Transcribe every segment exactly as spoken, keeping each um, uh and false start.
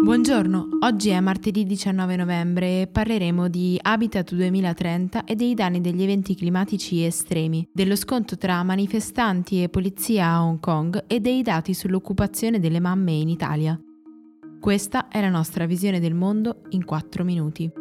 Buongiorno, oggi è martedì diciannove novembre e parleremo di Habitat duemilatrenta e dei danni degli eventi climatici estremi, dello scontro tra manifestanti e polizia a Hong Kong e dei dati sull'occupazione delle mamme in Italia. Questa è la nostra visione del mondo in quattro minuti.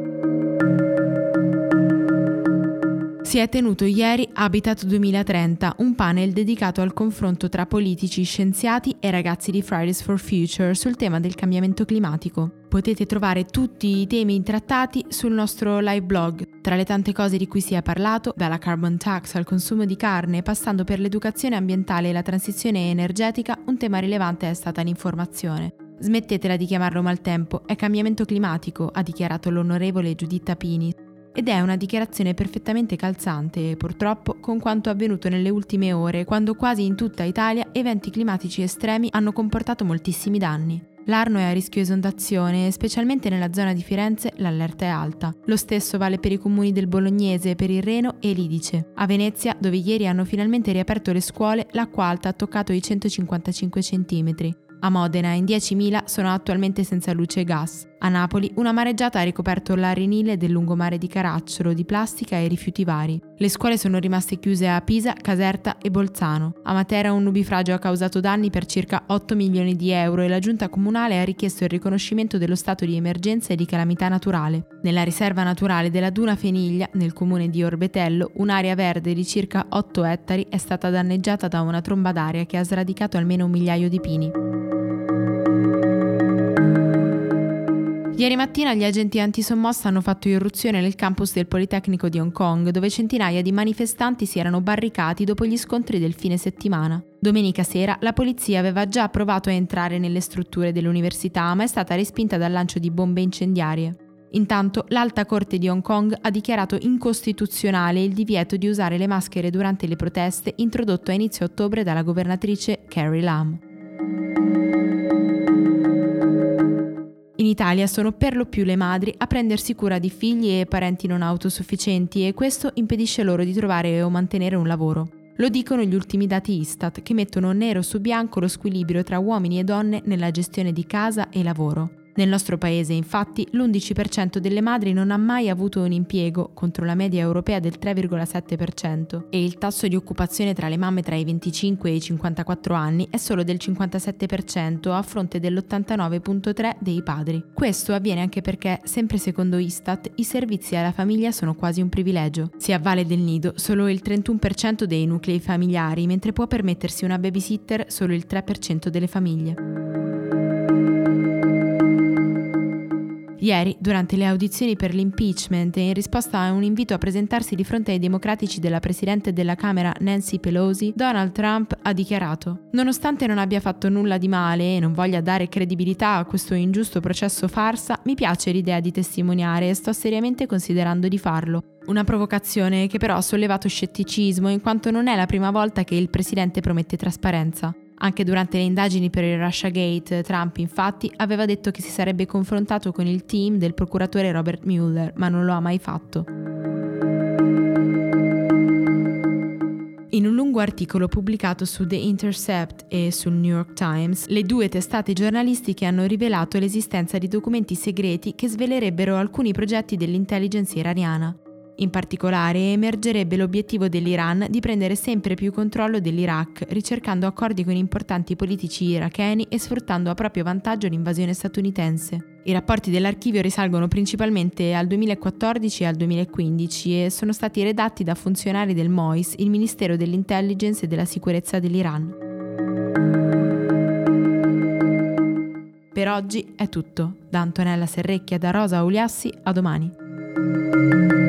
Si è tenuto ieri Habitat duemilatrenta, un panel dedicato al confronto tra politici, scienziati e ragazzi di Fridays for Future sul tema del cambiamento climatico. Potete trovare tutti i temi trattati sul nostro live blog. Tra le tante cose di cui si è parlato, dalla carbon tax al consumo di carne, passando per l'educazione ambientale e la transizione energetica, un tema rilevante è stata l'informazione. Smettetela di chiamarlo maltempo, è cambiamento climatico, ha dichiarato l'onorevole Giuditta Pini. Ed è una dichiarazione perfettamente calzante, purtroppo, con quanto avvenuto nelle ultime ore, quando quasi in tutta Italia eventi climatici estremi hanno comportato moltissimi danni. L'Arno è a rischio esondazione e specialmente nella zona di Firenze l'allerta è alta. Lo stesso vale per i comuni del Bolognese, per il Reno e l'Idice. A Venezia, dove ieri hanno finalmente riaperto le scuole, l'acqua alta ha toccato i centocinquantacinque centimetri. A Modena in diecimila sono attualmente senza luce e gas. A Napoli una mareggiata ha ricoperto l'arenile del lungomare di Caracciolo di plastica e rifiuti vari. Le scuole sono rimaste chiuse a Pisa, Caserta e Bolzano. A Matera un nubifragio ha causato danni per circa otto milioni di euro e la giunta comunale ha richiesto il riconoscimento dello stato di emergenza e di calamità naturale. Nella riserva naturale della Duna Feniglia, nel comune di Orbetello, un'area verde di circa otto ettari è stata danneggiata da una tromba d'aria che ha sradicato almeno un migliaio di pini. Ieri mattina gli agenti antisommossa hanno fatto irruzione nel campus del Politecnico di Hong Kong, dove centinaia di manifestanti si erano barricati dopo gli scontri del fine settimana. Domenica sera la polizia aveva già provato a entrare nelle strutture dell'università, ma è stata respinta dal lancio di bombe incendiarie. Intanto l'Alta Corte di Hong Kong ha dichiarato incostituzionale il divieto di usare le maschere durante le proteste introdotto a inizio ottobre dalla governatrice Carrie Lam. In Italia sono per lo più le madri a prendersi cura di figli e parenti non autosufficienti e questo impedisce loro di trovare o mantenere un lavoro. Lo dicono gli ultimi dati Istat che mettono nero su bianco lo squilibrio tra uomini e donne nella gestione di casa e lavoro. Nel nostro paese, infatti, l'undici per cento delle madri non ha mai avuto un impiego, contro la media europea del tre virgola sette per cento, e il tasso di occupazione tra le mamme tra i venticinque e i cinquantaquattro anni è solo del cinquantasette per cento a fronte dell'ottantanove virgola tre per cento dei padri. Questo avviene anche perché, sempre secondo Istat, i servizi alla famiglia sono quasi un privilegio. Si avvale del nido solo il trentuno per cento dei nuclei familiari, mentre può permettersi una babysitter solo il tre per cento delle famiglie. Ieri, durante le audizioni per l'impeachment e in risposta a un invito a presentarsi di fronte ai democratici della Presidente della Camera Nancy Pelosi, Donald Trump ha dichiarato: «Nonostante non abbia fatto nulla di male e non voglia dare credibilità a questo ingiusto processo farsa, mi piace l'idea di testimoniare e sto seriamente considerando di farlo». Una provocazione che però ha sollevato scetticismo in quanto non è la prima volta che il Presidente promette trasparenza. Anche durante le indagini per il Russiagate, Trump infatti aveva detto che si sarebbe confrontato con il team del procuratore Robert Mueller, ma non lo ha mai fatto. In un lungo articolo pubblicato su The Intercept e sul New York Times, le due testate giornalistiche hanno rivelato l'esistenza di documenti segreti che svelerebbero alcuni progetti dell'intelligence iraniana. In particolare emergerebbe l'obiettivo dell'Iran di prendere sempre più controllo dell'Iraq, ricercando accordi con importanti politici iracheni e sfruttando a proprio vantaggio l'invasione statunitense. I rapporti dell'archivio risalgono principalmente al duemilaquattordici e al duemilaquindici e sono stati redatti da funzionari del M O I S, il Ministero dell'Intelligence e della Sicurezza dell'Iran. Per oggi è tutto. Da Antonella Serrecchia e da Rosa Auliassi, a domani.